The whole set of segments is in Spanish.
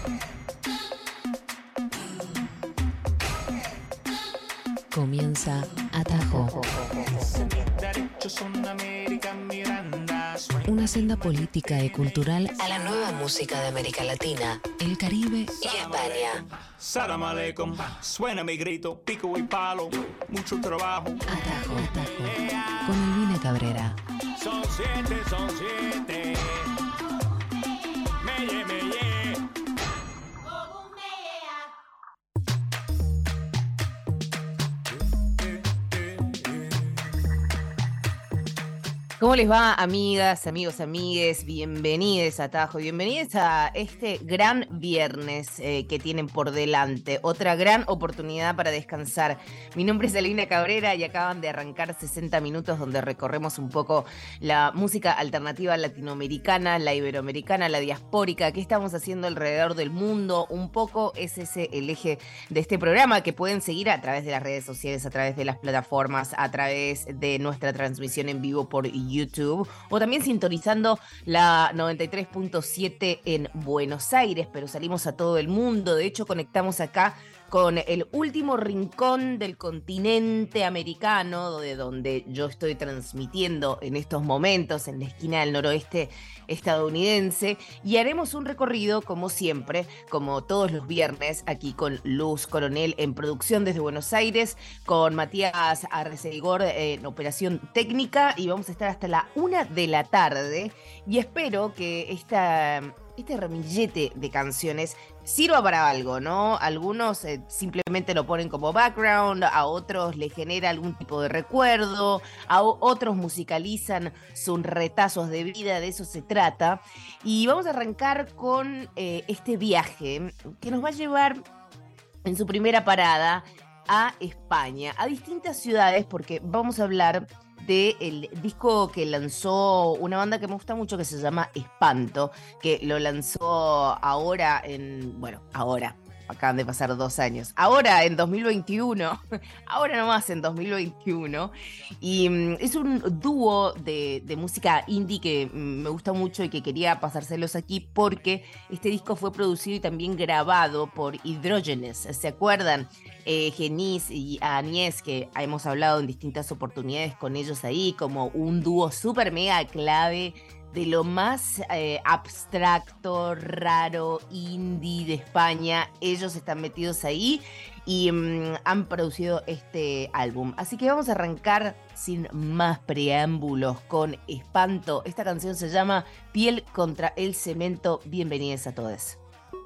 Comienza Atajo. Una senda política y cultural a la nueva música de América Latina, el Caribe y España. Salam aleikum, suena mi grito, pico y palo, mucho trabajo. Atajo, con Elvina Cabrera. Son siete. Meye. ¿Cómo les va, amigas, amigos, amigues? Bienvenidos a Atajo, bienvenidos a este gran viernes que tienen por delante. Otra gran oportunidad para descansar. Mi nombre es Elvina Cabrera y acaban de arrancar 60 minutos donde recorremos un poco la música alternativa latinoamericana, la iberoamericana, la diaspórica. ¿Qué estamos haciendo alrededor del mundo? Un poco es ese el eje de este programa que pueden seguir a través de las redes sociales, a través de las plataformas, a través de nuestra transmisión en vivo por YouTube o también sintonizando la 93.7 en Buenos Aires, pero salimos a todo el mundo. De hecho, conectamos acá con el último rincón del continente americano, de donde yo estoy transmitiendo en estos momentos, en la esquina del noroeste estadounidense, y haremos un recorrido, como siempre, como todos los viernes, aquí con Luz Coronel en producción desde Buenos Aires, con Matías Arcegor en operación técnica, y vamos a estar hasta la 1 de la tarde, y espero que este ramillete de canciones sirva para algo, ¿no? Algunos simplemente lo ponen como background, a otros les genera algún tipo de recuerdo, a otros musicalizan sus retazos de vida, de eso se trata. Y vamos a arrancar con este viaje que nos va a llevar en su primera parada a España, a distintas ciudades, porque vamos a hablar del disco que lanzó una banda que me gusta mucho que se llama Espanto, que lo lanzó ahora acaban de pasar 2 años, ahora en 2021, ahora nomás en 2021, y es un dúo de música indie que me gusta mucho y que quería pasárselos aquí porque este disco fue producido y también grabado por Hidrógenes, ¿se acuerdan? Genís y Agnés, que hemos hablado en distintas oportunidades con ellos ahí, como un dúo súper mega clave de lo más abstracto, raro, indie de España. Ellos están metidos ahí y han producido este álbum. Así que vamos a arrancar sin más preámbulos con Espanto. Esta canción se llama Piel contra el Cemento. Bienvenidos a todos.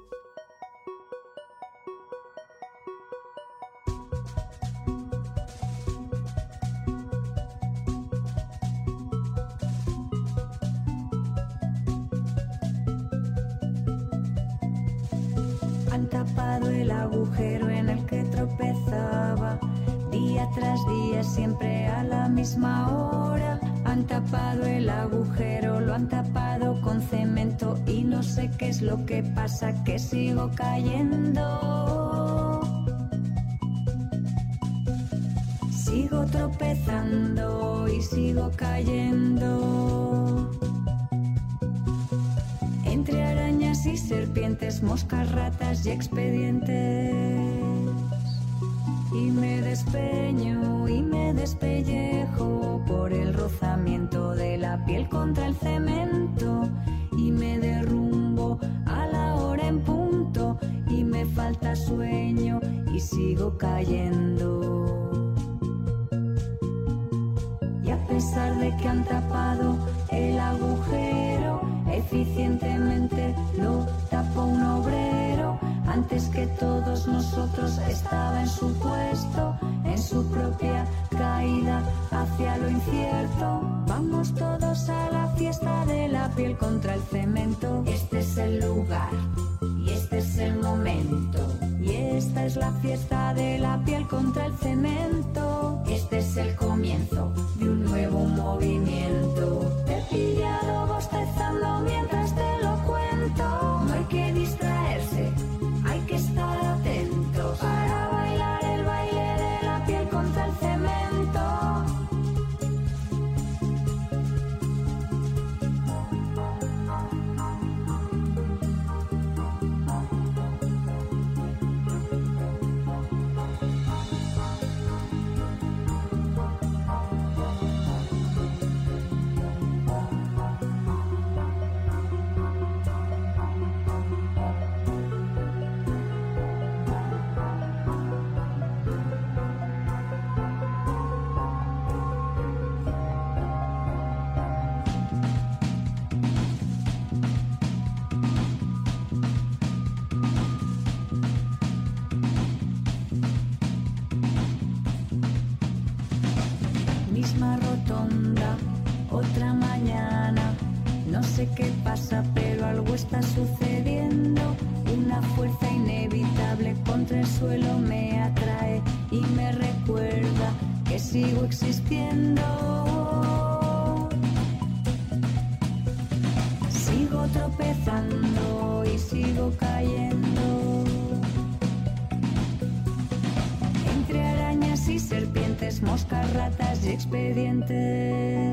Tapado el agujero en el que tropezaba día tras día, siempre a la misma hora. Han tapado el agujero, lo han tapado con cemento y no sé qué es lo que pasa, que sigo cayendo. Sigo tropezando y sigo cayendo. Entre arañas y serpientes, moscas, ratas y expedientes. Y me despeño y me despellejo por el rozamiento de la piel contra el cemento. Y me derrumbo a la hora en punto y me falta sueño y sigo cayendo. Y a pesar de que han tapado el agujero, eficientemente lo tapó un obrero. Antes que todos nosotros estaba en su puesto, en su propia caída hacia lo incierto. Vamos todos a la fiesta de la piel contra el cemento. Este es el lugar y este es el momento. Y esta es la fiesta de la piel contra el cemento. Este es el comienzo de un nuevo movimiento. Te he pillado bostezando mientras te lo cuento. No hay que distraerse, hay que estar atentos para bailar el baile de la piel contra el cemento. sé qué pasa, pero algo está sucediendo. Una fuerza inevitable contra el suelo me atrae y me recuerda que sigo existiendo. Sigo tropezando y sigo cayendo entre arañas y serpientes, moscas, ratas y expedientes.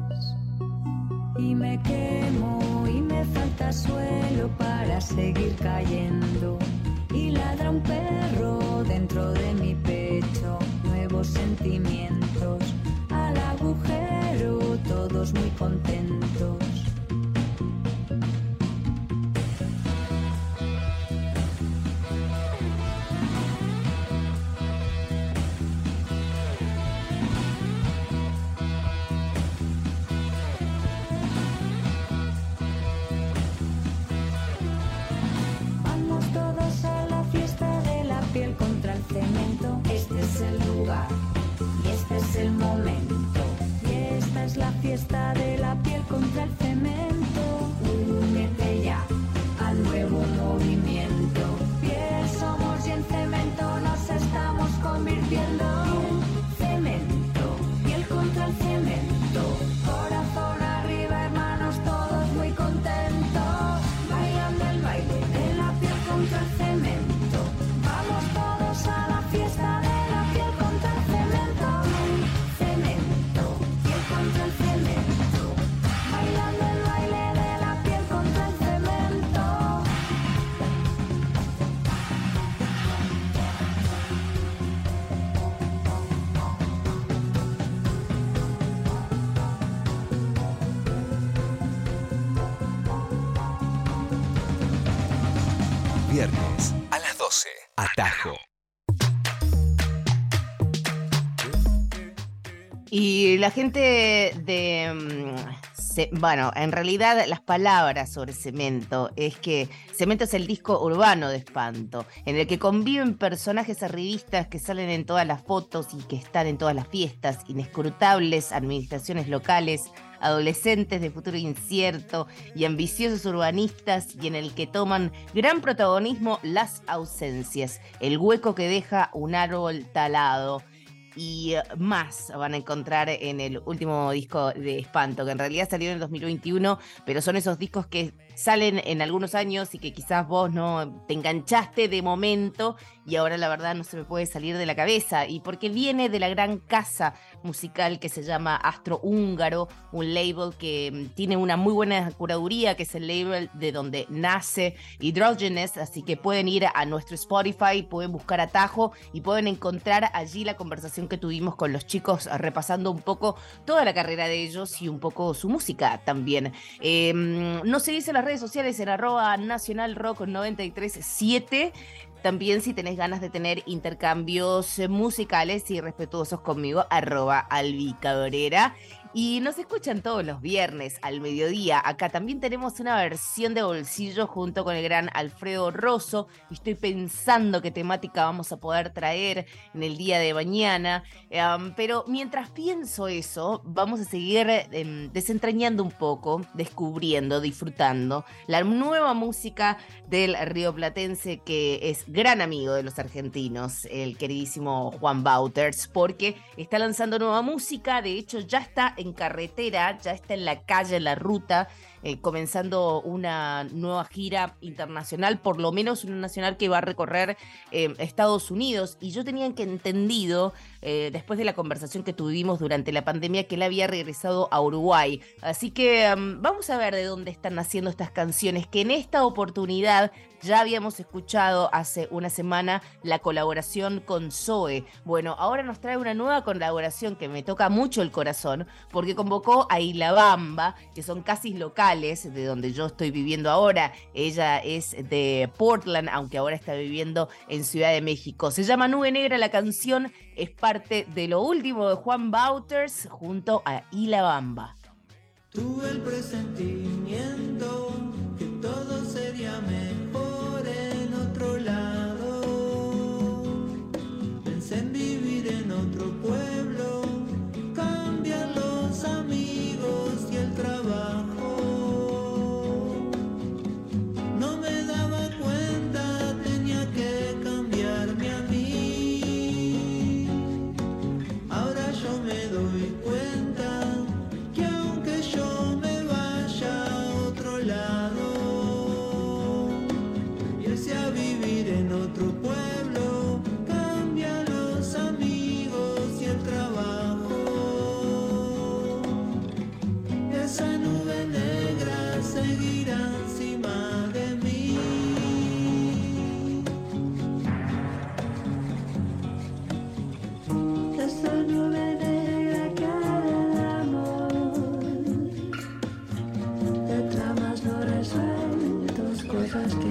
Y me quemo y me falta suelo para seguir cayendo. Y ladra un perro dentro de mi pecho, nuevos sentimientos. Al agujero todos muy contentos. El momento, y esta es la fiesta de la piel contra el cemento. Únete ya al nuevo movimiento. Piel somos y en cemento nos estamos convirtiendo. Cemento, piel contra el cemento. Corazón arriba, hermanos, todos muy contentos. Bailando el baile de la piel contra el cemento. Vamos todos a la fiesta de la piel contra el cemento. Viernes a las 12. Atajo. Y la gente bueno, en realidad las palabras sobre Cemento es que Cemento es el disco urbano de Espanto, en el que conviven personajes arribistas que salen en todas las fotos y que están en todas las fiestas, inescrutables administraciones locales, adolescentes de futuro incierto y ambiciosos urbanistas, y en el que toman gran protagonismo las ausencias, el hueco que deja un árbol talado. Y más van a encontrar en el último disco de Espanto, que en realidad salió en el 2021, pero son esos discos que salen en algunos años y que quizás vos no te enganchaste de momento y ahora la verdad no se me puede salir de la cabeza. Y porque viene de la gran casa musical que se llama Astrohúngaro, un label que tiene una muy buena curaduría, que es el label de donde nace Hydrogenes, así que pueden ir a nuestro Spotify, pueden buscar Atajo y pueden encontrar allí la conversación que tuvimos con los chicos repasando un poco toda la carrera de ellos y un poco su música también. Nos seguís en las redes sociales en @nacionalrock937. También si tenés ganas de tener intercambios musicales y respetuosos conmigo, @albicabrera. Y nos escuchan todos los viernes al mediodía. Acá también tenemos una versión de bolsillo junto con el gran Alfredo Rosso. Y estoy pensando qué temática vamos a poder traer en el día de mañana. Pero mientras pienso eso, vamos a seguir desentrañando un poco, descubriendo, disfrutando la nueva música del rioplatense, que es gran amigo de los argentinos, el queridísimo Juan Wouters, porque está lanzando nueva música. De hecho, ya está en carretera, ya está en la calle, en la ruta, comenzando una nueva gira internacional, por lo menos una nacional que va a recorrer Estados Unidos. Y yo tenía que entendido, después de la conversación que tuvimos durante la pandemia, que él había regresado a Uruguay. Así que vamos a ver de dónde están naciendo estas canciones, que en esta oportunidad ya habíamos escuchado hace una semana la colaboración con Zoe. Bueno, ahora nos trae una nueva colaboración que me toca mucho el corazón, porque convocó a Ilabamba, que son casi locales de donde yo estoy viviendo ahora. Ella es de Portland, aunque ahora está viviendo en Ciudad de México. Se llama Nube Negra la canción, es parte de lo último de Juan Wouters junto a Ilabamba. Tuve el presentimiento que todo sería mejor en otro lado. Pensé en vivir en otro pueblo, cambiar los amigos y el trabajo.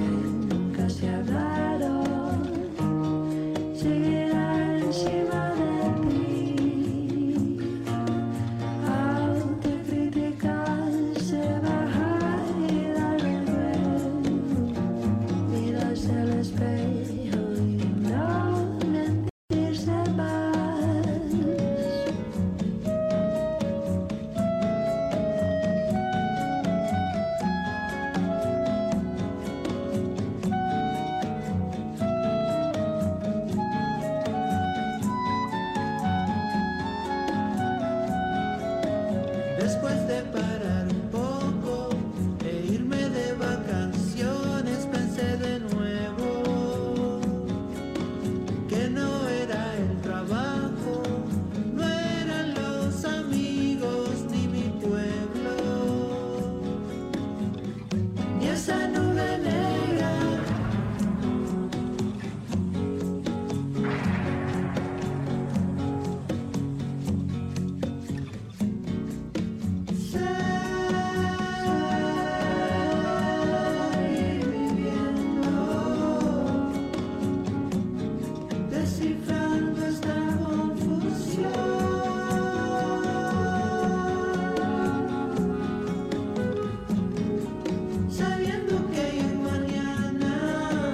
nunca se hablaron seguirán encima de ti. Autocriticarse, bajar y dar el vuelo, mirarse al espejo y no mentirse más. Después de parar un poco e irme de vacaciones, pensé de nuevo que no era el trabajo, no eran los amigos ni mi pueblo, ni esa nube negra. Descifrando esta confusión, sabiendo que mañana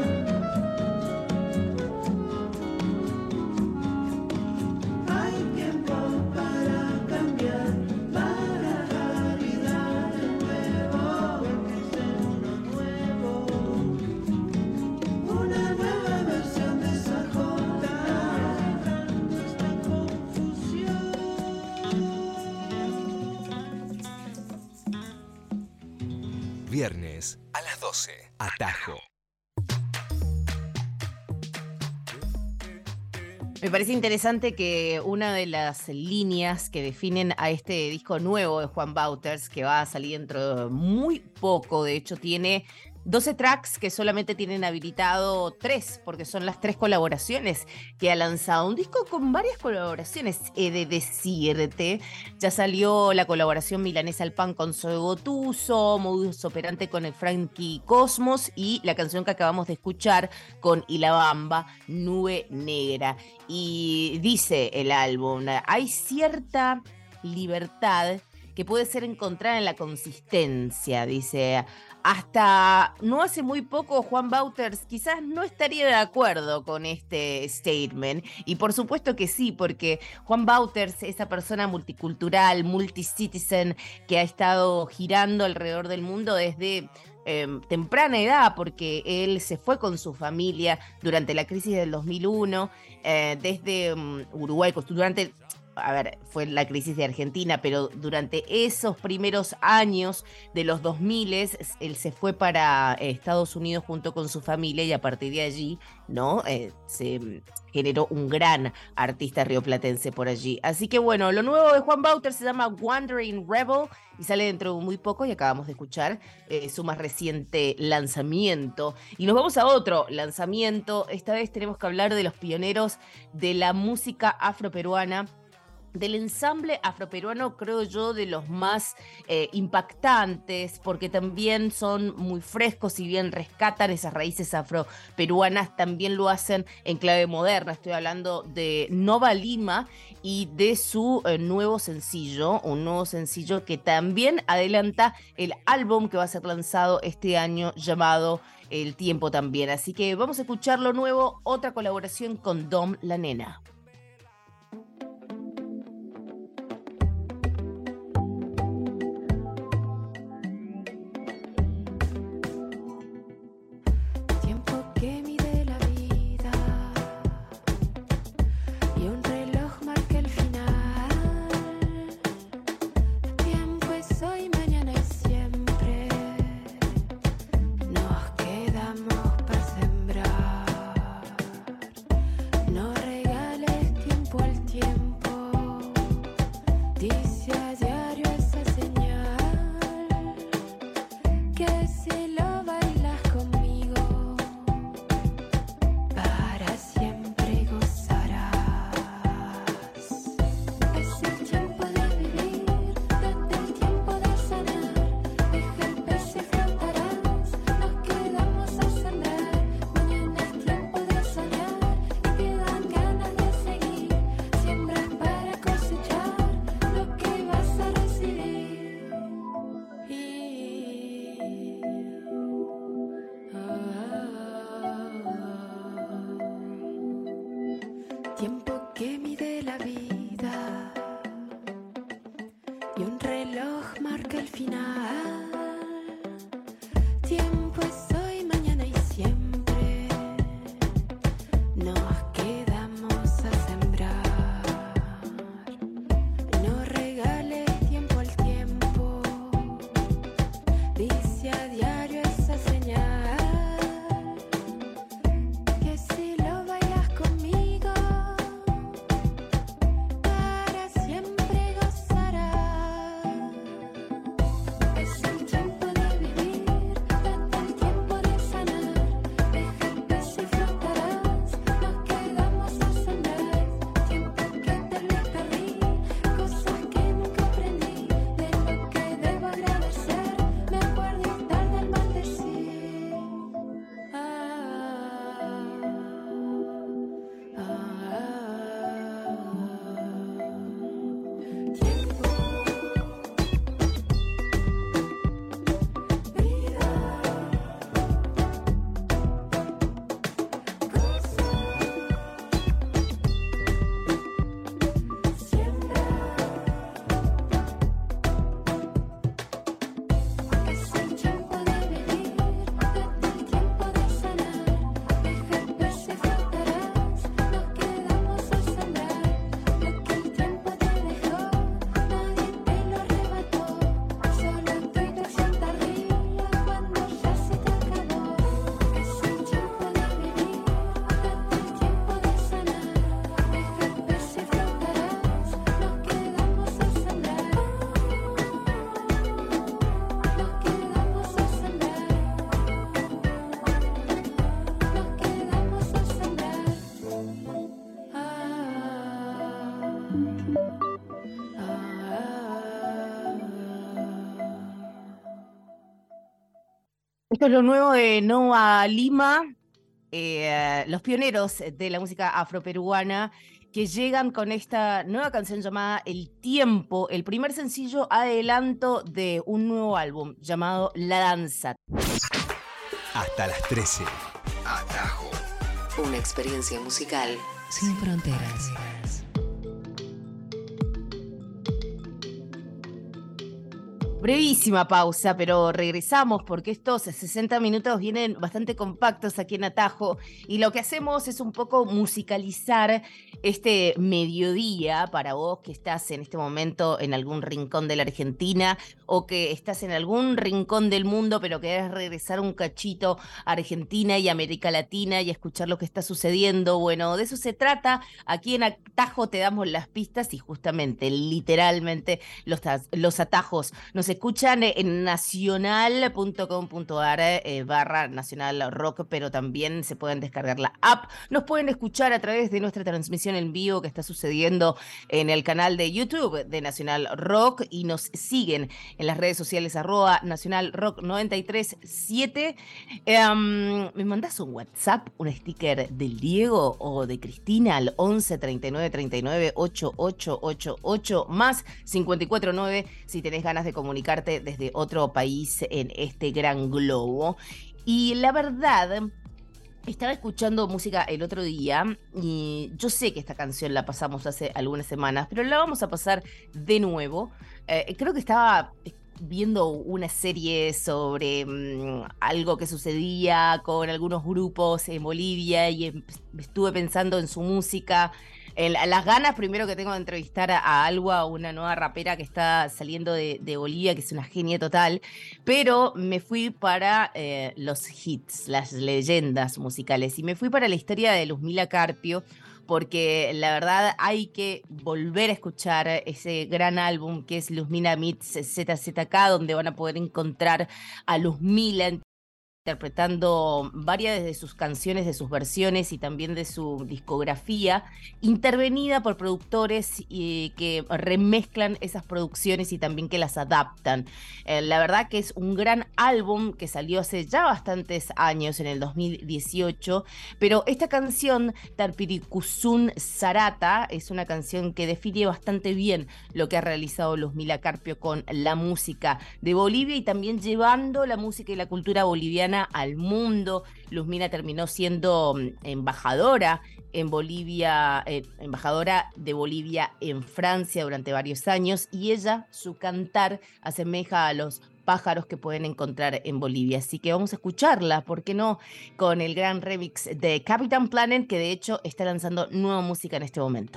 hay tiempo para cambiar, para y dar de nuevo, en uno nuevo, una nueva versión de esa nuestra confusión. Viernes a las 12. Atajo. Me parece interesante que una de las líneas que definen a este disco nuevo de Juan Wouters, que va a salir dentro de muy poco, de hecho tiene 12 tracks que solamente tienen habilitado 3, porque son las 3 colaboraciones que ha lanzado. Un disco con varias colaboraciones, he de decirte. Ya salió la colaboración Milanesa al Pan con Zoe Gotuso, Modus Operante con el Frankie Cosmos y la canción que acabamos de escuchar con Ilabamba, Nube Negra. Y dice el álbum, hay cierta libertad que puede ser encontrada en la consistencia, dice. Hasta no hace muy poco Juan Wouters quizás no estaría de acuerdo con este statement, y por supuesto que sí, porque Juan Wouters, esa persona multicultural, multicitizen, que ha estado girando alrededor del mundo desde temprana edad, porque él se fue con su familia durante la crisis del 2001, desde Uruguay, durante... A ver, fue la crisis de Argentina, pero durante esos primeros años de los 2000 él se fue para Estados Unidos junto con su familia y a partir de allí, ¿no? Se generó un gran artista rioplatense por allí. Así que bueno, lo nuevo de Juan Wouters se llama Wandering Rebel y sale dentro de muy poco y acabamos de escuchar su más reciente lanzamiento. Y nos vamos a otro lanzamiento. Esta vez tenemos que hablar de los pioneros de la música afroperuana, del ensamble afroperuano, creo yo, de los más impactantes, porque también son muy frescos, si bien rescatan esas raíces afroperuanas, también lo hacen en clave moderna. Estoy hablando de Nova Lima y de su nuevo sencillo, un nuevo sencillo que también adelanta el álbum que va a ser lanzado este año llamado El Tiempo también. Así que vamos a escuchar lo nuevo, otra colaboración con Dom La Nena. No regales tiempo que mide la vida y un reloj marca el final. Tiempo es hoy, mañana y siempre. Nos quedamos a sembrar. No regales tiempo al tiempo. Dice a diario esa señal. Que si lo bailas conmigo, para siempre gozarás. Es el tiempo de vivir, date el tiempo de sanar. Deja el peso y flotarás. Nos quedamos a sembrar. Tiempo que tal vez perdí, cosas que nunca aprendí. De lo que debo agradecer, me acuerdo y tarde al maldecir. Tiempo, vida, goza, siembra. Es el tiempo de vivir, date el tiempo de sanar. Deja el peso y flotarás. Nos quedamos a sembrar. Lo que el tiempo te dejó, nadie te lo arrebató. Solo tu intuición te ríe cuando ya se te acabó. Es el tiempo de vivir, date el tiempo de sanar. Deja el peso y flotarás. Nos quedamos a sembrar. Nos quedamos a sembrar. Nos quedamos a sembrar. Esto es lo nuevo de Noa Lima, los pioneros de la música afroperuana que llegan con esta nueva canción llamada El Tiempo, el primer sencillo adelanto de un nuevo álbum llamado La Danza. Hasta las 13. Atajo. Una experiencia musical sin fronteras. Brevísima pausa, pero regresamos porque estos 60 minutos vienen bastante compactos aquí en Atajo y lo que hacemos es un poco musicalizar este mediodía para vos que estás en este momento en algún rincón de la Argentina o que estás en algún rincón del mundo pero querés regresar un cachito a Argentina y América Latina y escuchar lo que está sucediendo. Bueno, de eso se trata. Aquí en Atajo te damos las pistas y justamente, literalmente, los atajos. Nos escuchan en nacional.com.ar /Nacional Rock, pero también se pueden descargar la app. Nos pueden escuchar a través de nuestra transmisión en vivo que está sucediendo en el canal de YouTube de Nacional Rock y nos siguen en las redes sociales @Nacional Rock 937. ¿Me mandás un WhatsApp, un sticker del Diego o de Cristina al 11 39 39 8888 más 549 si tenés ganas de comunicarte desde otro país en este gran globo? Y la verdad, estaba escuchando música el otro día y yo sé que esta canción la pasamos hace algunas semanas, pero la vamos a pasar de nuevo. Creo que estaba viendo una serie sobre algo que sucedía con algunos grupos en Bolivia y estuve pensando en su música. Las ganas primero que tengo de entrevistar a Alwa, una nueva rapera que está saliendo de Bolivia, que es una genia total, pero me fui para los hits, las leyendas musicales, y me fui para la historia de Luzmila Carpio, porque la verdad hay que volver a escuchar ese gran álbum que es Luzmila Meets ZZK, donde van a poder encontrar a Luzmila interpretando varias de sus canciones, de sus versiones y también de su discografía, intervenida por productores que remezclan esas producciones y también que las adaptan. La verdad que es un gran álbum que salió hace ya bastantes años, en el 2018, pero esta canción, Tarpirikusun Sarata, es una canción que define bastante bien lo que ha realizado Luzmila Carpio con la música de Bolivia y también llevando la música y la cultura boliviana latinoamericana al mundo. Luzmila terminó siendo embajadora en Bolivia, embajadora de Bolivia en Francia durante varios años, y ella, su cantar asemeja a los pájaros que pueden encontrar en Bolivia. Así que vamos a escucharla, ¿por qué no? Con el gran remix de Capitán Planet, que de hecho está lanzando nueva música en este momento.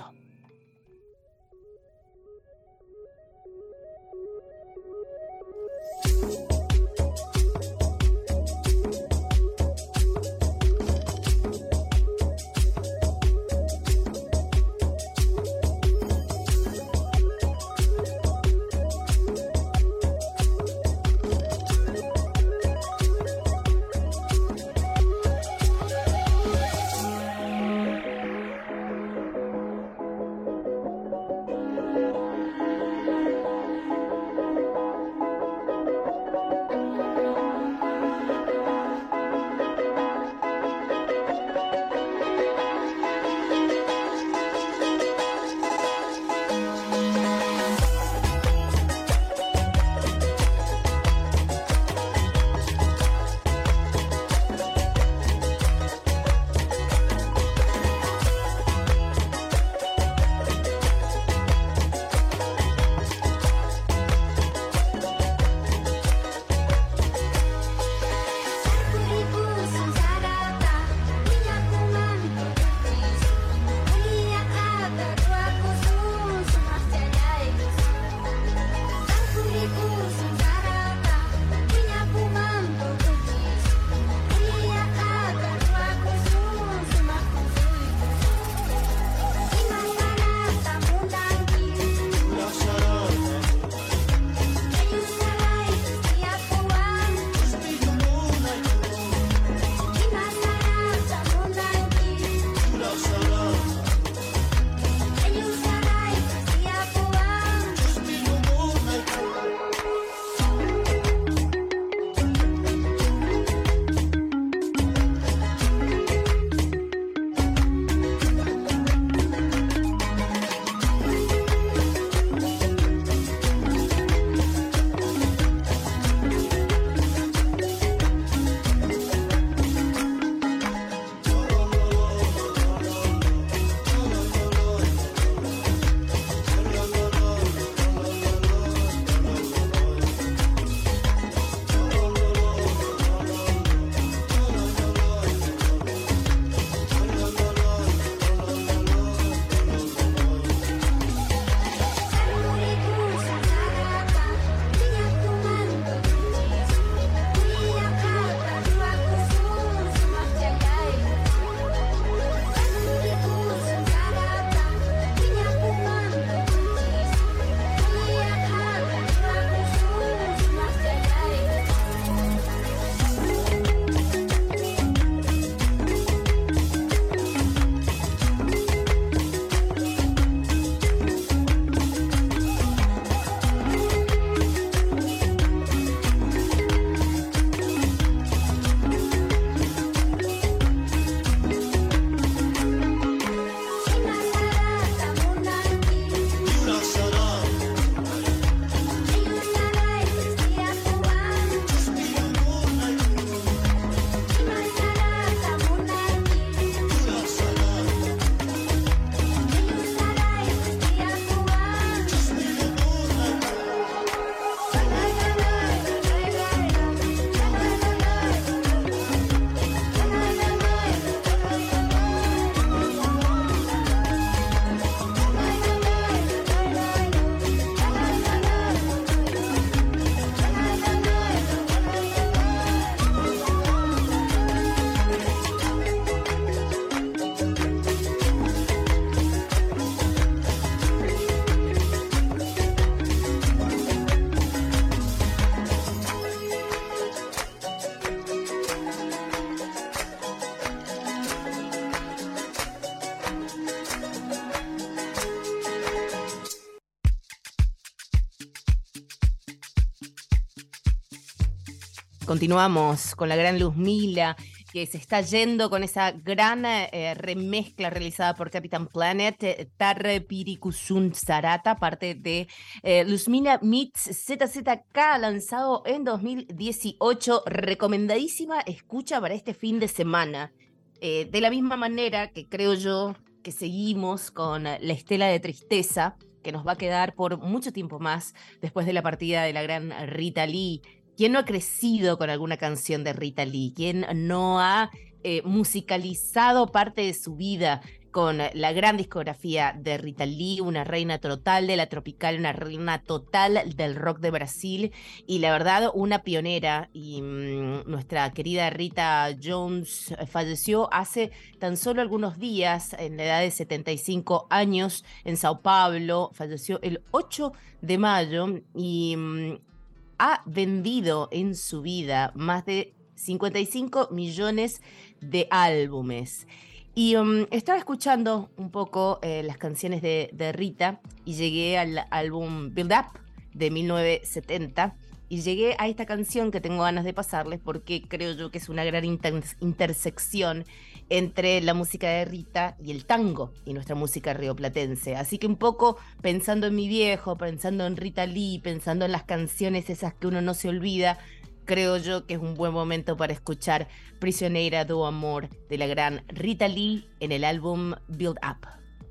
Continuamos con la gran Luzmila que se está yendo con esa gran remezcla realizada por Capitán Planet, Tarre Pirikusun Sarata, parte de Luzmina Meets ZZK, lanzado en 2018. Recomendadísima escucha para este fin de semana. De la misma manera que creo yo que seguimos con la estela de tristeza que nos va a quedar por mucho tiempo más después de la partida de la gran Rita Lee. ¿Quién no ha crecido con alguna canción de Rita Lee? ¿Quién no ha musicalizado parte de su vida con la gran discografía de Rita Lee, una reina total de la tropical, una reina total del rock de Brasil y la verdad una pionera? Y nuestra querida Rita Jones falleció hace tan solo algunos días, en la edad de 75 años, en Sao Paulo. Falleció el 8 de mayo y ha vendido en su vida más de 55 millones de álbumes. Y estaba escuchando un poco las canciones de Rita y llegué al álbum Build Up de 1970 y llegué a esta canción que tengo ganas de pasarles porque creo yo que es una gran intersección entre la música de Rita y el tango y nuestra música rioplatense. Así que un poco pensando en mi viejo, pensando en Rita Lee, pensando en las canciones esas que uno no se olvida, creo yo que es un buen momento para escuchar Prisioneira do Amor de la gran Rita Lee en el álbum Build Up.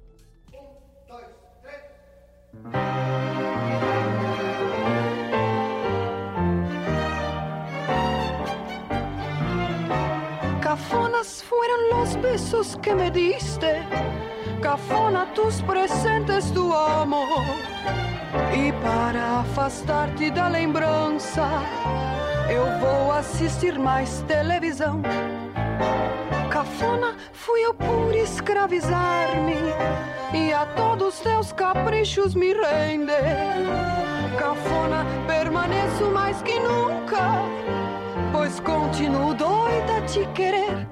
Cafonas fueron los besos que me diste, cafona tus presentes, tu amor. E para afastar-te da lembrança, eu vou assistir mais televisão. Cafona fui eu por escravizar-me e a todos teus caprichos me render. Cafona permaneço mais que nunca, pois continuo doida a te querer.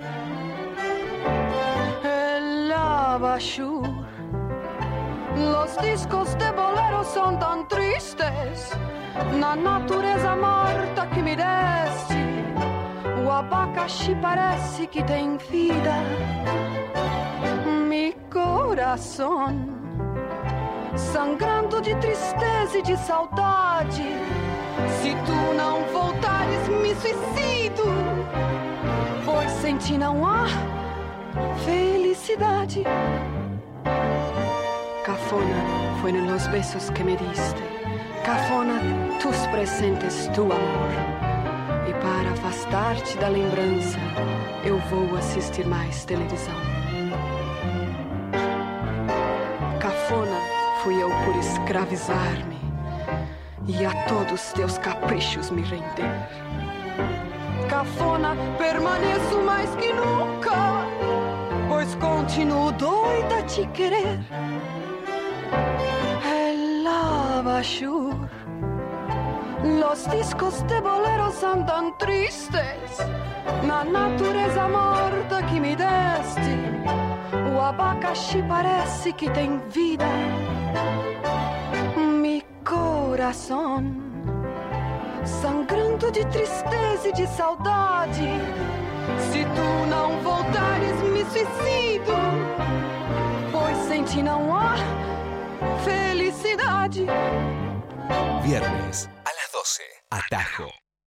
Ela baixou. Los discos de bolero son tan tristes, na natureza morta que me deste. O abacaxi parece que tem vida. Mi coração, sangrando de tristeza e de saudade. Se tu não voltares, me suicido, pois sem ti não há felicidade. Cafona fueron los besos que me diste, cafona tus presentes, tu amor. E para afastar-te da lembrança, eu vou assistir mais televisão. Cafona fui eu por escravizar-me e a todos teus caprichos me render. Cafona permaneço mais que nunca, pois continuo doida a te querer. Baixou. Los discos de bolero son tan tristes, na natureza morta que me deste. O abacaxi parece que tem vida. Mi coração, sangrando de tristeza e de saudade. Se tu não voltares, me suicido, pois sem ti não há felicidade. Viernes a las 12. Atajo.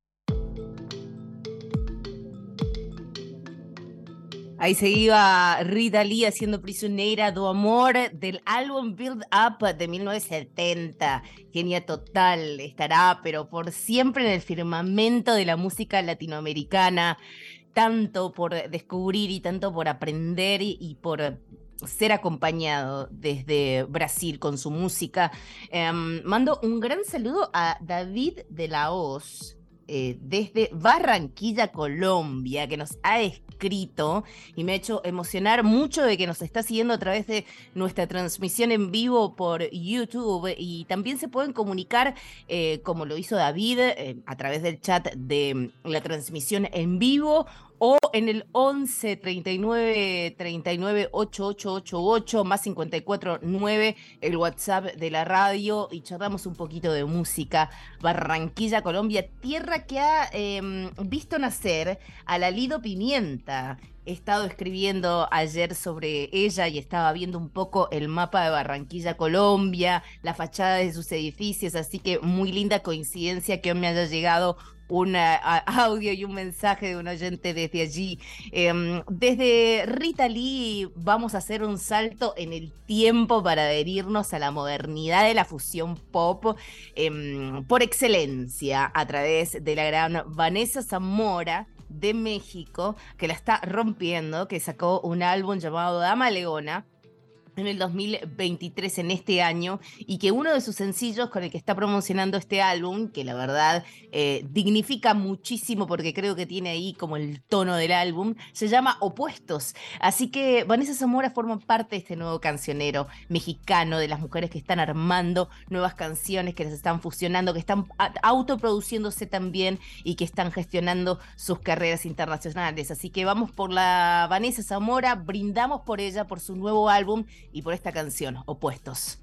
Ahí se iba Rita Lee haciendo Prisioneira do Amor del álbum Build Up de 1970. Genia total, estará pero por siempre en el firmamento de la música latinoamericana. Tanto por descubrir y tanto por aprender y por ser acompañado desde Brasil con su música. Mando un gran saludo a David de la Hoz, desde Barranquilla, Colombia, que nos ha escrito y me ha hecho emocionar mucho de que nos está siguiendo a través de nuestra transmisión en vivo por YouTube, y también se pueden comunicar, como lo hizo David, a través del chat de la transmisión en vivo, o en el 11 39 39 8888 más 549, el WhatsApp de la radio, y charlamos un poquito de música. Barranquilla, Colombia, tierra que ha visto nacer a la Lido Pimienta. He estado escribiendo ayer sobre ella y estaba viendo un poco el mapa de Barranquilla, Colombia, la fachada de sus edificios, así que muy linda coincidencia que hoy me haya llegado un audio y un mensaje de un oyente desde allí. Desde Rita Lee vamos a hacer un salto en el tiempo para adherirnos a la modernidad de la fusión pop por excelencia a través de la gran Vanessa Zamora de México, que la está rompiendo, que sacó un álbum llamado Dama Leona en el 2023, en este año, y que uno de sus sencillos con el que está promocionando este álbum, que la verdad dignifica muchísimo porque creo que tiene ahí como el tono del álbum, se llama Opuestos. Así que Vanessa Zamora forma parte de este nuevo cancionero mexicano, de las mujeres que están armando nuevas canciones, que las están fusionando, que están autoproduciéndose también y que están gestionando sus carreras internacionales. Así que vamos por la Vanessa Zamora, brindamos por ella, por su nuevo álbum y por esta canción, Opuestos.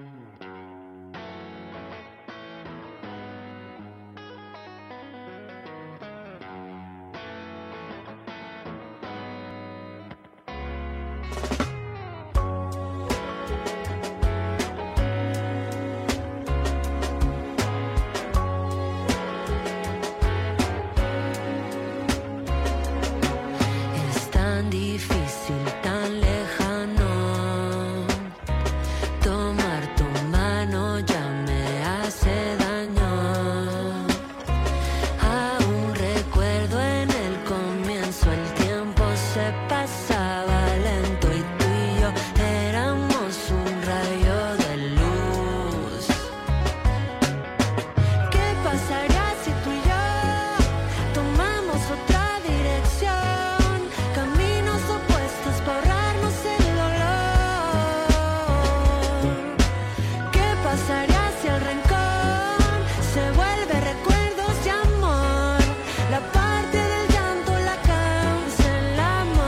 Es tan difícil, tan lejano, tomar tu mano ya me hace daño. Aún recuerdo en el comienzo el tiempo se pasaba lento y tú y yo éramos un rayo de luz. ¿Qué pasaría si tú y yo tomamos otra dirección? Caminos opuestos para ahorrarnos el dolor. ¿Qué pasaría si el rencor se vuelve recuerdos de amor? La parte del llanto la cancelamos.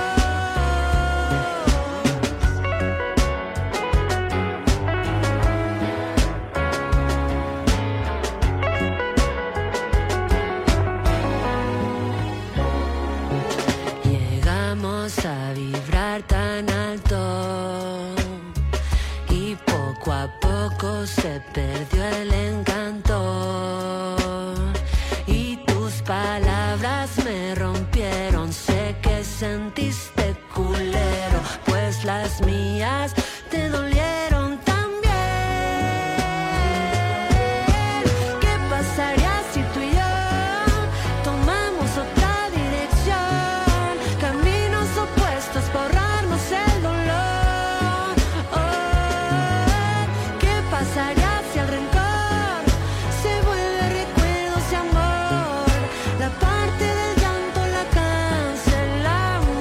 Llegamos a vibrar tan alto y poco a poco se perdió el encanto. Y tus palabras me rompieron, sé que sentiste culero, pues las mías te dolieron también. ¿Qué pasaría si tú y yo tomamos otra dirección? Caminos opuestos para ahorrarnos el dolor. ¿Qué pasaría si el rencor se vuelve recuerdos de amor? La parte del llanto la cancelamos.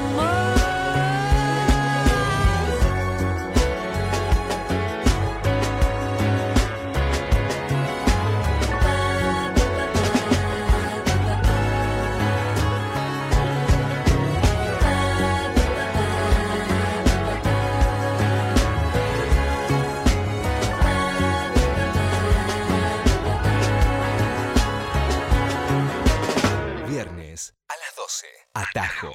Viernes a las 12. Atajo.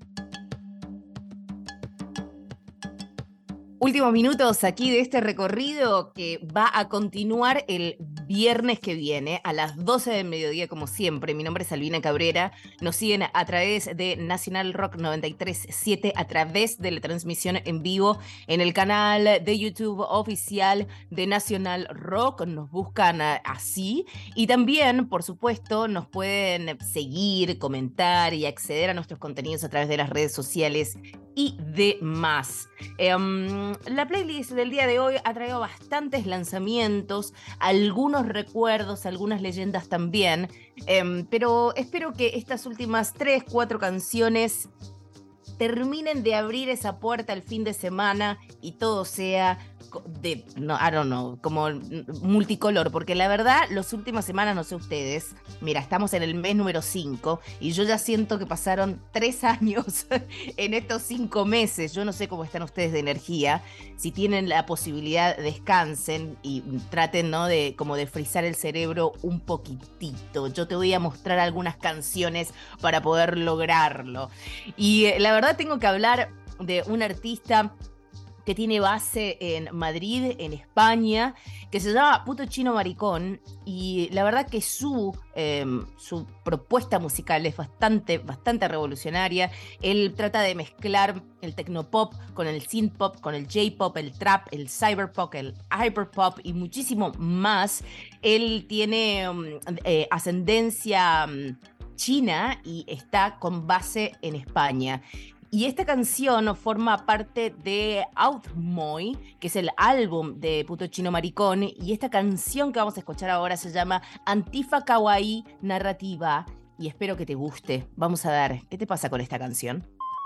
Últimos minutos aquí de este recorrido que va a continuar el viernes que viene a las 12 del mediodía, como siempre. Mi nombre es Albina Cabrera. Nos siguen a través de Nacional Rock 93.7, a través de la transmisión en vivo en el canal de YouTube oficial de Nacional Rock. Nos buscan así. Y también, por supuesto, nos pueden seguir, comentar y acceder a nuestros contenidos a través de las redes sociales y demás. La playlist del día de hoy ha traído bastantes lanzamientos, algunos recuerdos, algunas leyendas también, pero espero que estas últimas 3, 4 canciones terminen de abrir esa puerta el fin de semana y todo sea no, I don't know, como multicolor, porque la verdad, las últimas semanas, no sé ustedes, mira, estamos en el mes número 5 y yo ya siento que pasaron 3 años en estos 5 meses. Yo no sé cómo están ustedes de energía. Si tienen la posibilidad, descansen y traten, ¿no?, de como de frizar el cerebro un poquitito. Yo te voy a mostrar algunas canciones para poder lograrlo. Y la verdad tengo que hablar de un artista que tiene base en Madrid, en España, que se llama Puto Chino Maricón, y la verdad que su propuesta musical es bastante revolucionaria. Él trata de mezclar el tecnopop con el synthpop, con el J-pop, el trap, el cyberpop, el hyperpop y muchísimo más. Él tiene ascendencia china y está con base en España. Y esta canción forma parte de Outmoy, que es el álbum de Puto Chino Maricón. Y esta canción que vamos a escuchar ahora se llama Antifa Kawaii Narrativa. Y espero que te guste. Vamos a ver, ¿qué te pasa con esta canción?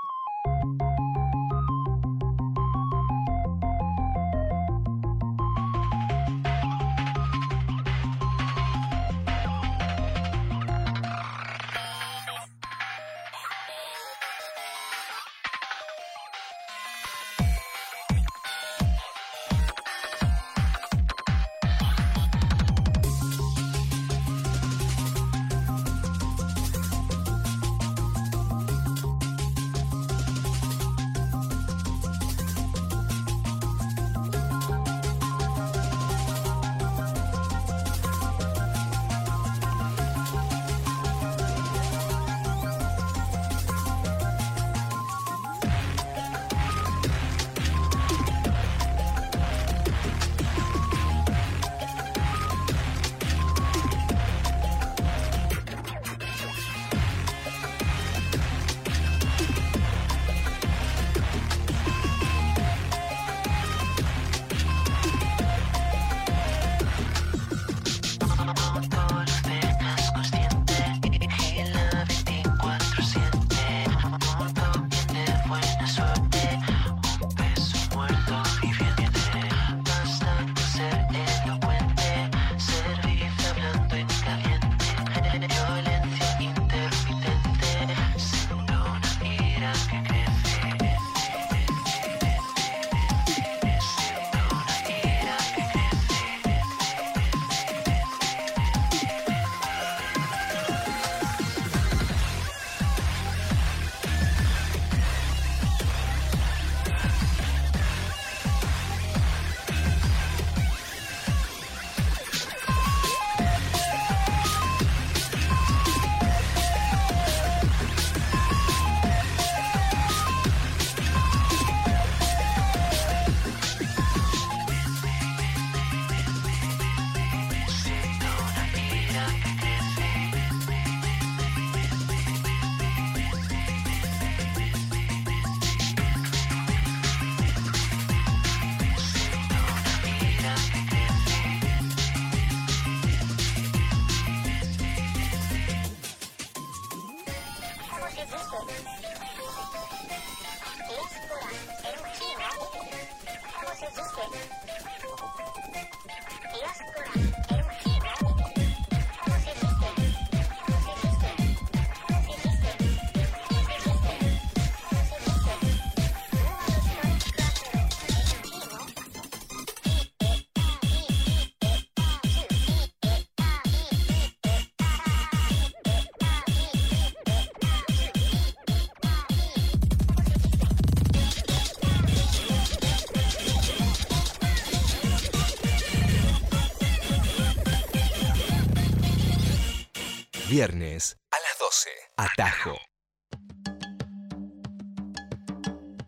Viernes a las 12. Atajo.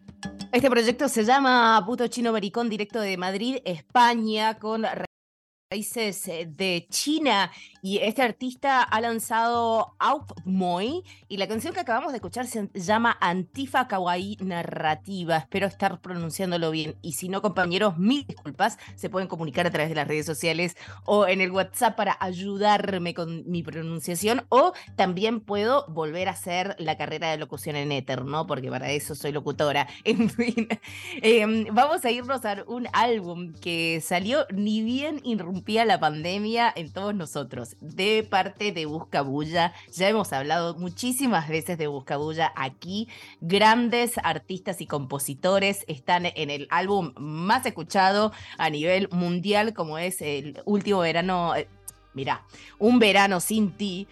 Este proyecto se llama Puto Chino Maricón, directo de Madrid, España, con países de China y este artista ha lanzado Aup Moi y la canción que acabamos de escuchar se llama Antifa Kawaii Narrativa. Espero estar pronunciándolo bien y si no, compañeros, mil disculpas. Se pueden comunicar a través de las redes sociales o en el WhatsApp para ayudarme con mi pronunciación, o también puedo volver a hacer la carrera de locución en éter, ¿no? Porque para eso soy locutora. En fin, vamos a irnos a un álbum que salió ni bien irrumpía la pandemia en todos nosotros, de parte de Buscabulla. Ya hemos hablado muchísimas veces de Buscabulla aquí. Grandes artistas y compositores están en el álbum más escuchado a nivel mundial, como es el último verano, mirá, Un Verano Sin Ti,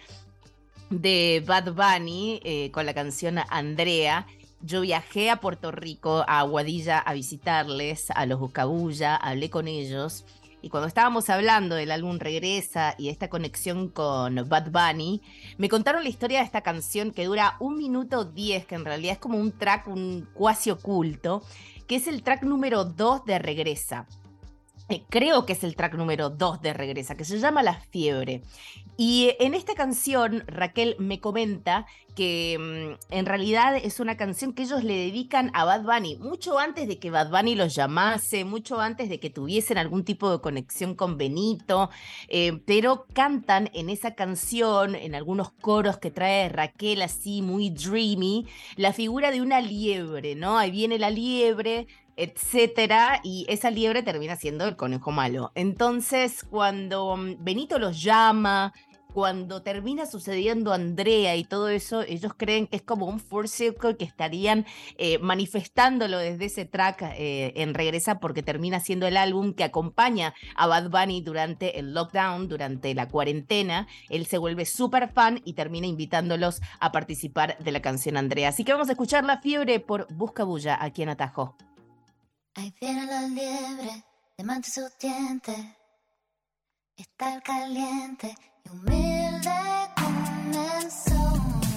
de Bad Bunny, con la canción Andrea. Yo viajé a Puerto Rico, a Aguadilla, a visitarles, a los Buscabulla, hablé con ellos. Y cuando estábamos hablando del álbum Regresa y esta conexión con Bad Bunny, me contaron la historia de esta canción que dura 1 minuto 10, que en realidad es como un track, un cuasi oculto, que es el track número 2 de Regresa. Creo que es el track número 2 de Regresa, que se llama La Fiebre. Y en esta canción, Raquel me comenta que en realidad es una canción que ellos le dedican a Bad Bunny, mucho antes de que Bad Bunny los llamase, mucho antes de que tuviesen algún tipo de conexión con Benito, pero cantan en esa canción, en algunos coros que trae Raquel así muy dreamy, la figura de una liebre, ¿no? Ahí viene la liebre, etcétera, y esa liebre termina siendo el conejo malo. Entonces, cuando Benito los llama, cuando termina sucediendo Andrea y todo eso, ellos creen que es como un full circle, que estarían manifestándolo desde ese track en Regresa, porque termina siendo el álbum que acompaña a Bad Bunny durante el lockdown, durante la cuarentena. Él se vuelve súper fan y termina invitándolos a participar de la canción Andrea. Así que vamos a escuchar La Fiebre por Buscabulla, aquí en Atajo. Ahí viene la liebre, de mancha sus dientes. Está el caliente y humilde comenzó.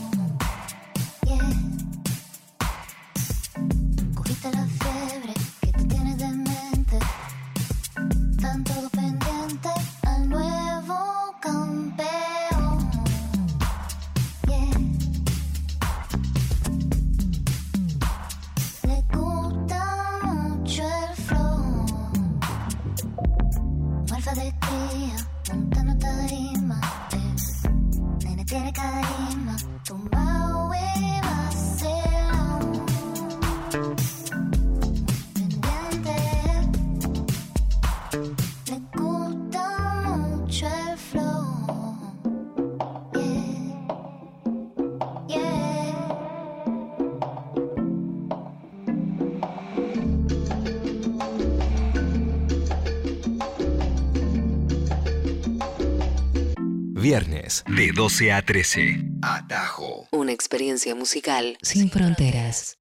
Yeah. Cogiste la fiebre que te tienes de mente. Están todos pendientes al nuevo campeón. Yeah. Le gusta mucho el flow. Alfa de cría, montando tarima. Nene tiene carisma, tumbao y vacilón. Pendiente, le gusta mucho el flow. Yeah, yeah. Viernes de 12 a 13. Atajo. Una experiencia musical sin fronteras.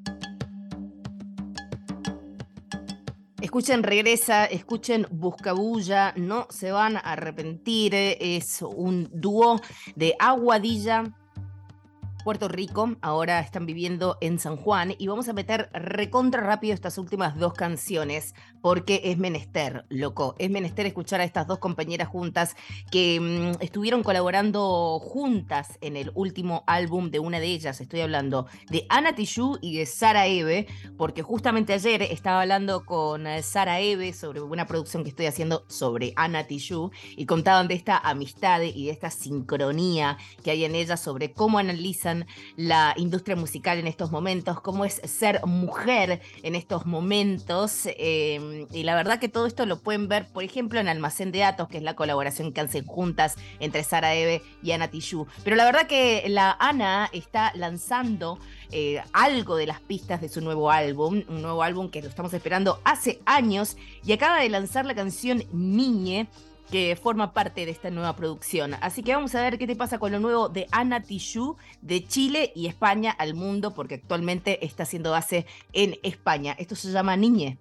Escuchen Regresa, escuchen Buscabulla, no se van a arrepentir. Es un dúo de Aguadilla, Puerto Rico. Ahora están viviendo en San Juan y vamos a meter recontra rápido estas últimas 2 canciones porque es menester, loco, es menester escuchar a estas 2 compañeras juntas que estuvieron colaborando juntas en el último álbum de una de ellas. Estoy hablando de Ana Tijoux y de Sara Eve, porque justamente ayer estaba hablando con Sara Eve sobre una producción que estoy haciendo sobre Ana Tijoux y contaban de esta amistad y de esta sincronía que hay en ellas, sobre cómo analizan la industria musical en estos momentos, cómo es ser mujer en estos momentos, y la verdad que todo esto lo pueden ver, por ejemplo, en Almacén de Datos, que es la colaboración que hacen juntas entre Sara Eve y Ana Tijoux. Pero la verdad que la Ana está lanzando algo de las pistas de su nuevo álbum, un nuevo álbum que lo estamos esperando hace años, y acaba de lanzar la canción Niñe, que forma parte de esta nueva producción. Así que vamos a ver qué te pasa con lo nuevo de Ana Tijoux, de Chile y España al mundo, porque actualmente está haciendo base en España. Esto se llama Niñe.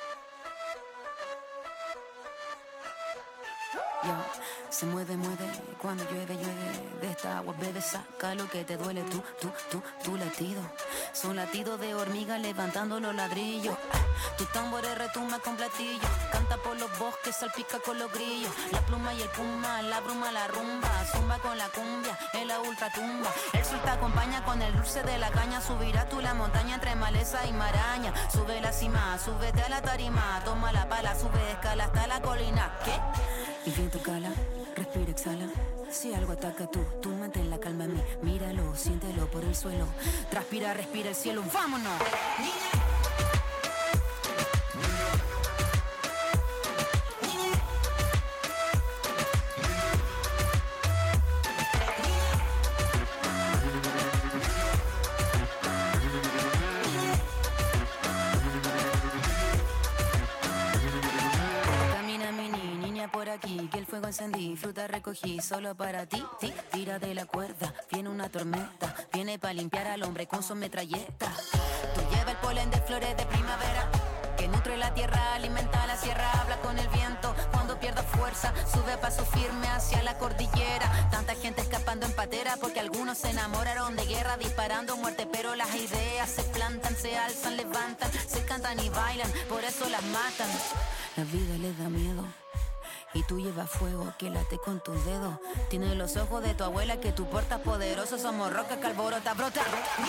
Se mueve cuando llueve, llueve. De esta agua bebe, saca lo que te duele. Tu latido. Son latidos de hormiga levantando los ladrillos. Tus tambores retumban con platillo. Canta por los bosques, salpica con los grillos. La pluma y el puma, la bruma, la rumba. Zumba con la cumbia, en la ultratumba. El sol te acompaña con el dulce de la caña. Subirás tú la montaña entre maleza y maraña. Sube la cima, súbete a la tarima. Toma la pala, sube, escala hasta la colina. ¿Qué? El viento cala, respira, exhala. Si algo ataca tú mantén la calma en mí. Míralo, siéntelo por el suelo. Transpira, respira el cielo, vámonos. Aquí, que el fuego encendí, fruta recogí solo para ti, tira de la cuerda, viene una tormenta, viene para limpiar al hombre con su metralleta. Tú llevas el polen de flores de primavera, que nutre la tierra, alimenta la sierra, habla con el viento, cuando pierda fuerza, sube a paso firme hacia la cordillera. Tanta gente escapando en patera, porque algunos se enamoraron de guerra, disparando muerte, pero las ideas se plantan, se alzan, levantan, se cantan y bailan, por eso las matan. La vida les da miedo. Y tú llevas fuego que late con tus dedos. Tienes los ojos de tu abuela que tú portas poderoso. Somos roca que alborota, brota.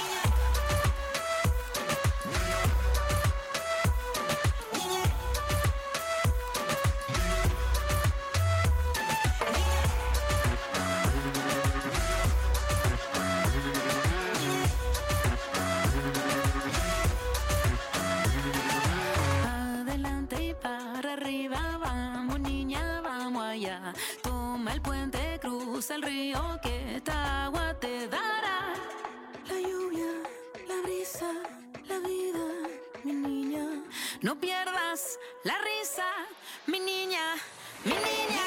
Adelante y para arriba, vamos niña, vamos allá. Toma el puente, cruza el río, que esta agua te dará. La lluvia, la brisa, la vida, mi niña. No pierdas la risa, mi niña, mi niña.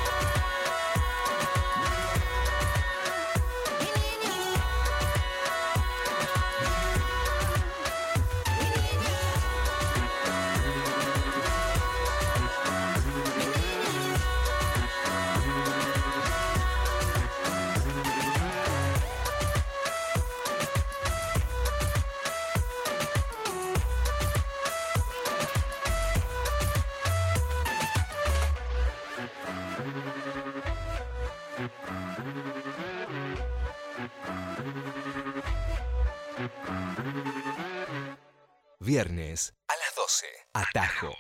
Viernes a las 12. Atajo.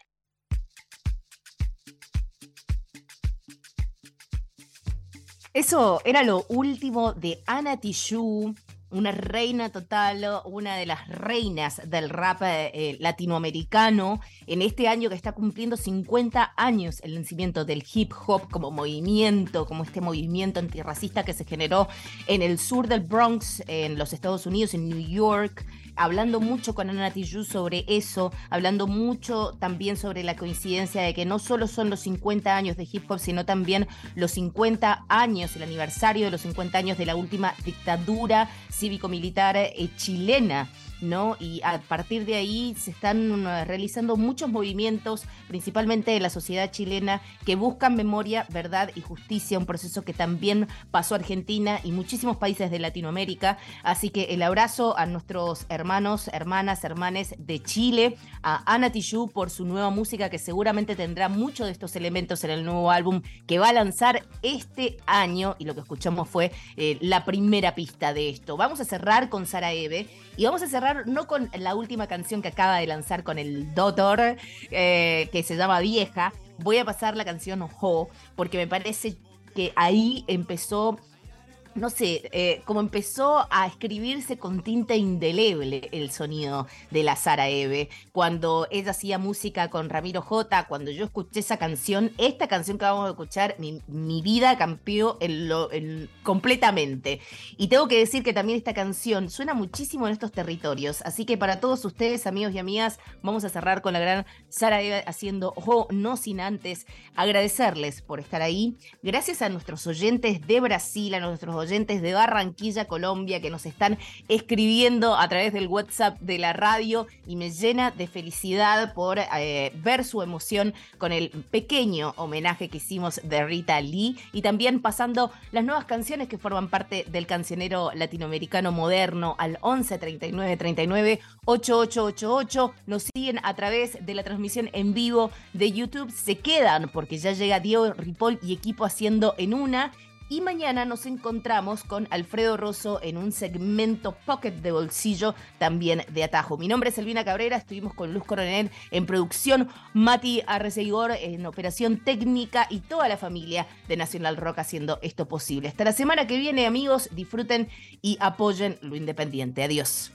Eso era lo último de Ana Tijoux, una reina total, una de las reinas del rap latinoamericano, en este año que está cumpliendo 50 años el nacimiento del hip hop como movimiento, como este movimiento antirracista que se generó en el sur del Bronx, en los Estados Unidos, en New York. Hablando mucho con Ana Tijoux sobre eso, hablando mucho también sobre la coincidencia de que no solo son los 50 años de hip hop, sino también los 50 años, el aniversario de los 50 años de la última dictadura cívico-militar chilena, ¿no? Y a partir de ahí se están realizando muchos movimientos, principalmente de la sociedad chilena, que buscan memoria, verdad y justicia, un proceso que también pasó a Argentina y muchísimos países de Latinoamérica. Así que el abrazo a nuestros hermanos, hermanas, hermanes de Chile, a Ana Tijoux por su nueva música, que seguramente tendrá muchos de estos elementos en el nuevo álbum que va a lanzar este año, y lo que escuchamos fue la primera pista de esto. Vamos a cerrar con Sara Eve, y vamos a cerrar no con la última canción que acaba de lanzar con el Dr., que se llama Vieja. Voy a pasar la canción Ojo, porque me parece que ahí empezó, no sé, como empezó a escribirse con tinta indeleble el sonido de la Sara Eve. Cuando ella hacía música con Ramiro J, cuando yo escuché esa canción, esta canción que vamos a escuchar, mi vida cambió completamente. Y tengo que decir que también esta canción suena muchísimo en estos territorios. Así que para todos ustedes, amigos y amigas, vamos a cerrar con la gran Sara Eve haciendo Ojo, no sin antes agradecerles por estar ahí. Gracias a nuestros oyentes de Brasil, a nuestros oyentes de Barranquilla, Colombia, que nos están escribiendo a través del WhatsApp de la radio y me llena de felicidad por ver su emoción con el pequeño homenaje que hicimos de Rita Lee y también pasando las nuevas canciones que forman parte del cancionero latinoamericano moderno al 11 39 39 8888. Nos siguen a través de la transmisión en vivo de YouTube. Se quedan porque ya llega Diego Ripoll y equipo haciendo en una. Y mañana nos encontramos con Alfredo Rosso en un segmento Pocket de Bolsillo, también de Atajo. Mi nombre es Elvina Cabrera, estuvimos con Luz Coronel en producción, Mati Arreceigor en operación técnica y toda la familia de Nacional Rock haciendo esto posible. Hasta la semana que viene, amigos, disfruten y apoyen lo independiente. Adiós.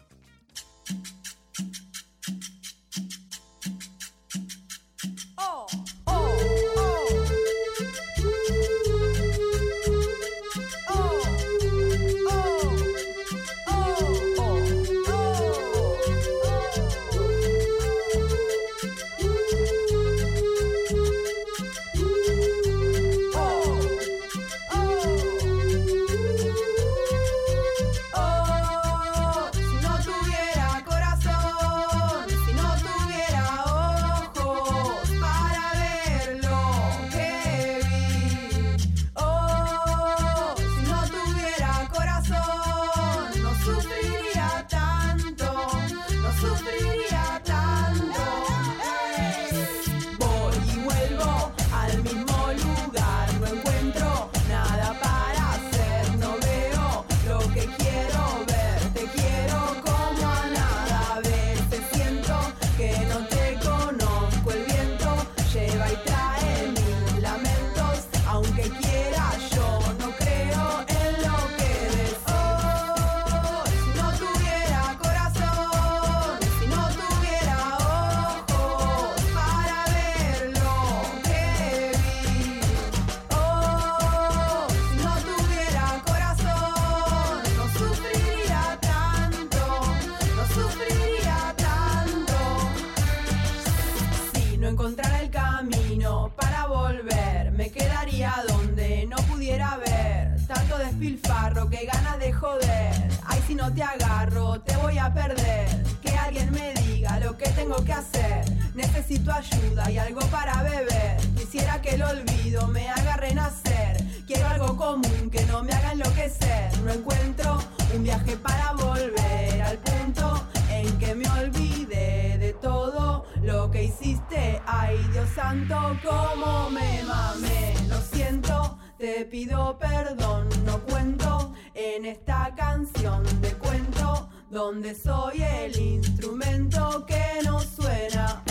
despilfarro, qué ganas de joder. Ay, si no te agarro, te voy a perder. Que alguien me diga lo que tengo que hacer. Necesito ayuda y algo para beber. Quisiera que el olvido me haga renacer. Quiero algo común que no me haga enloquecer. No encuentro un viaje para volver al punto en que me olvide de todo lo que hiciste. Ay, Dios santo, cómo me mamé. Lo siento, te pido perdón. No cuento en esta canción de cuento donde soy el instrumento que no suena.